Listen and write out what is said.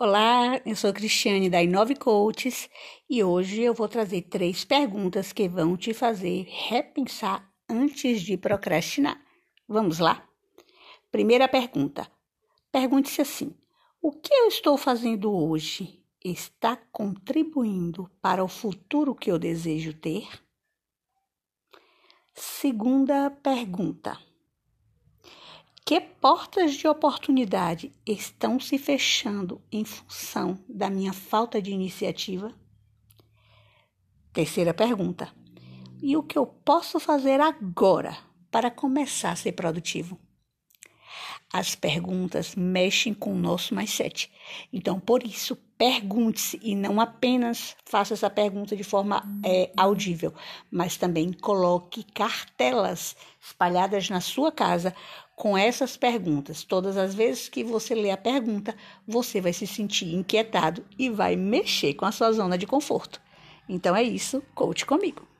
Olá, eu sou Cristiane da Inove Coaches e hoje eu vou trazer 3 perguntas que vão te fazer repensar antes de procrastinar. Vamos lá? Primeira pergunta. Pergunte-se assim: o que eu estou fazendo hoje está contribuindo para o futuro que eu desejo ter? Segunda pergunta. Que portas de oportunidade estão se fechando em função da minha falta de iniciativa? Terceira pergunta. E o que eu posso fazer agora para começar a ser produtivo? As perguntas mexem com o nosso mindset. Então, por isso, pergunte-se e não apenas faça essa pergunta de forma audível, mas também coloque cartelas espalhadas na sua casa com essas perguntas. Todas as vezes que você lê a pergunta, você vai se sentir inquietado e vai mexer com a sua zona de conforto. Então é isso, coach comigo.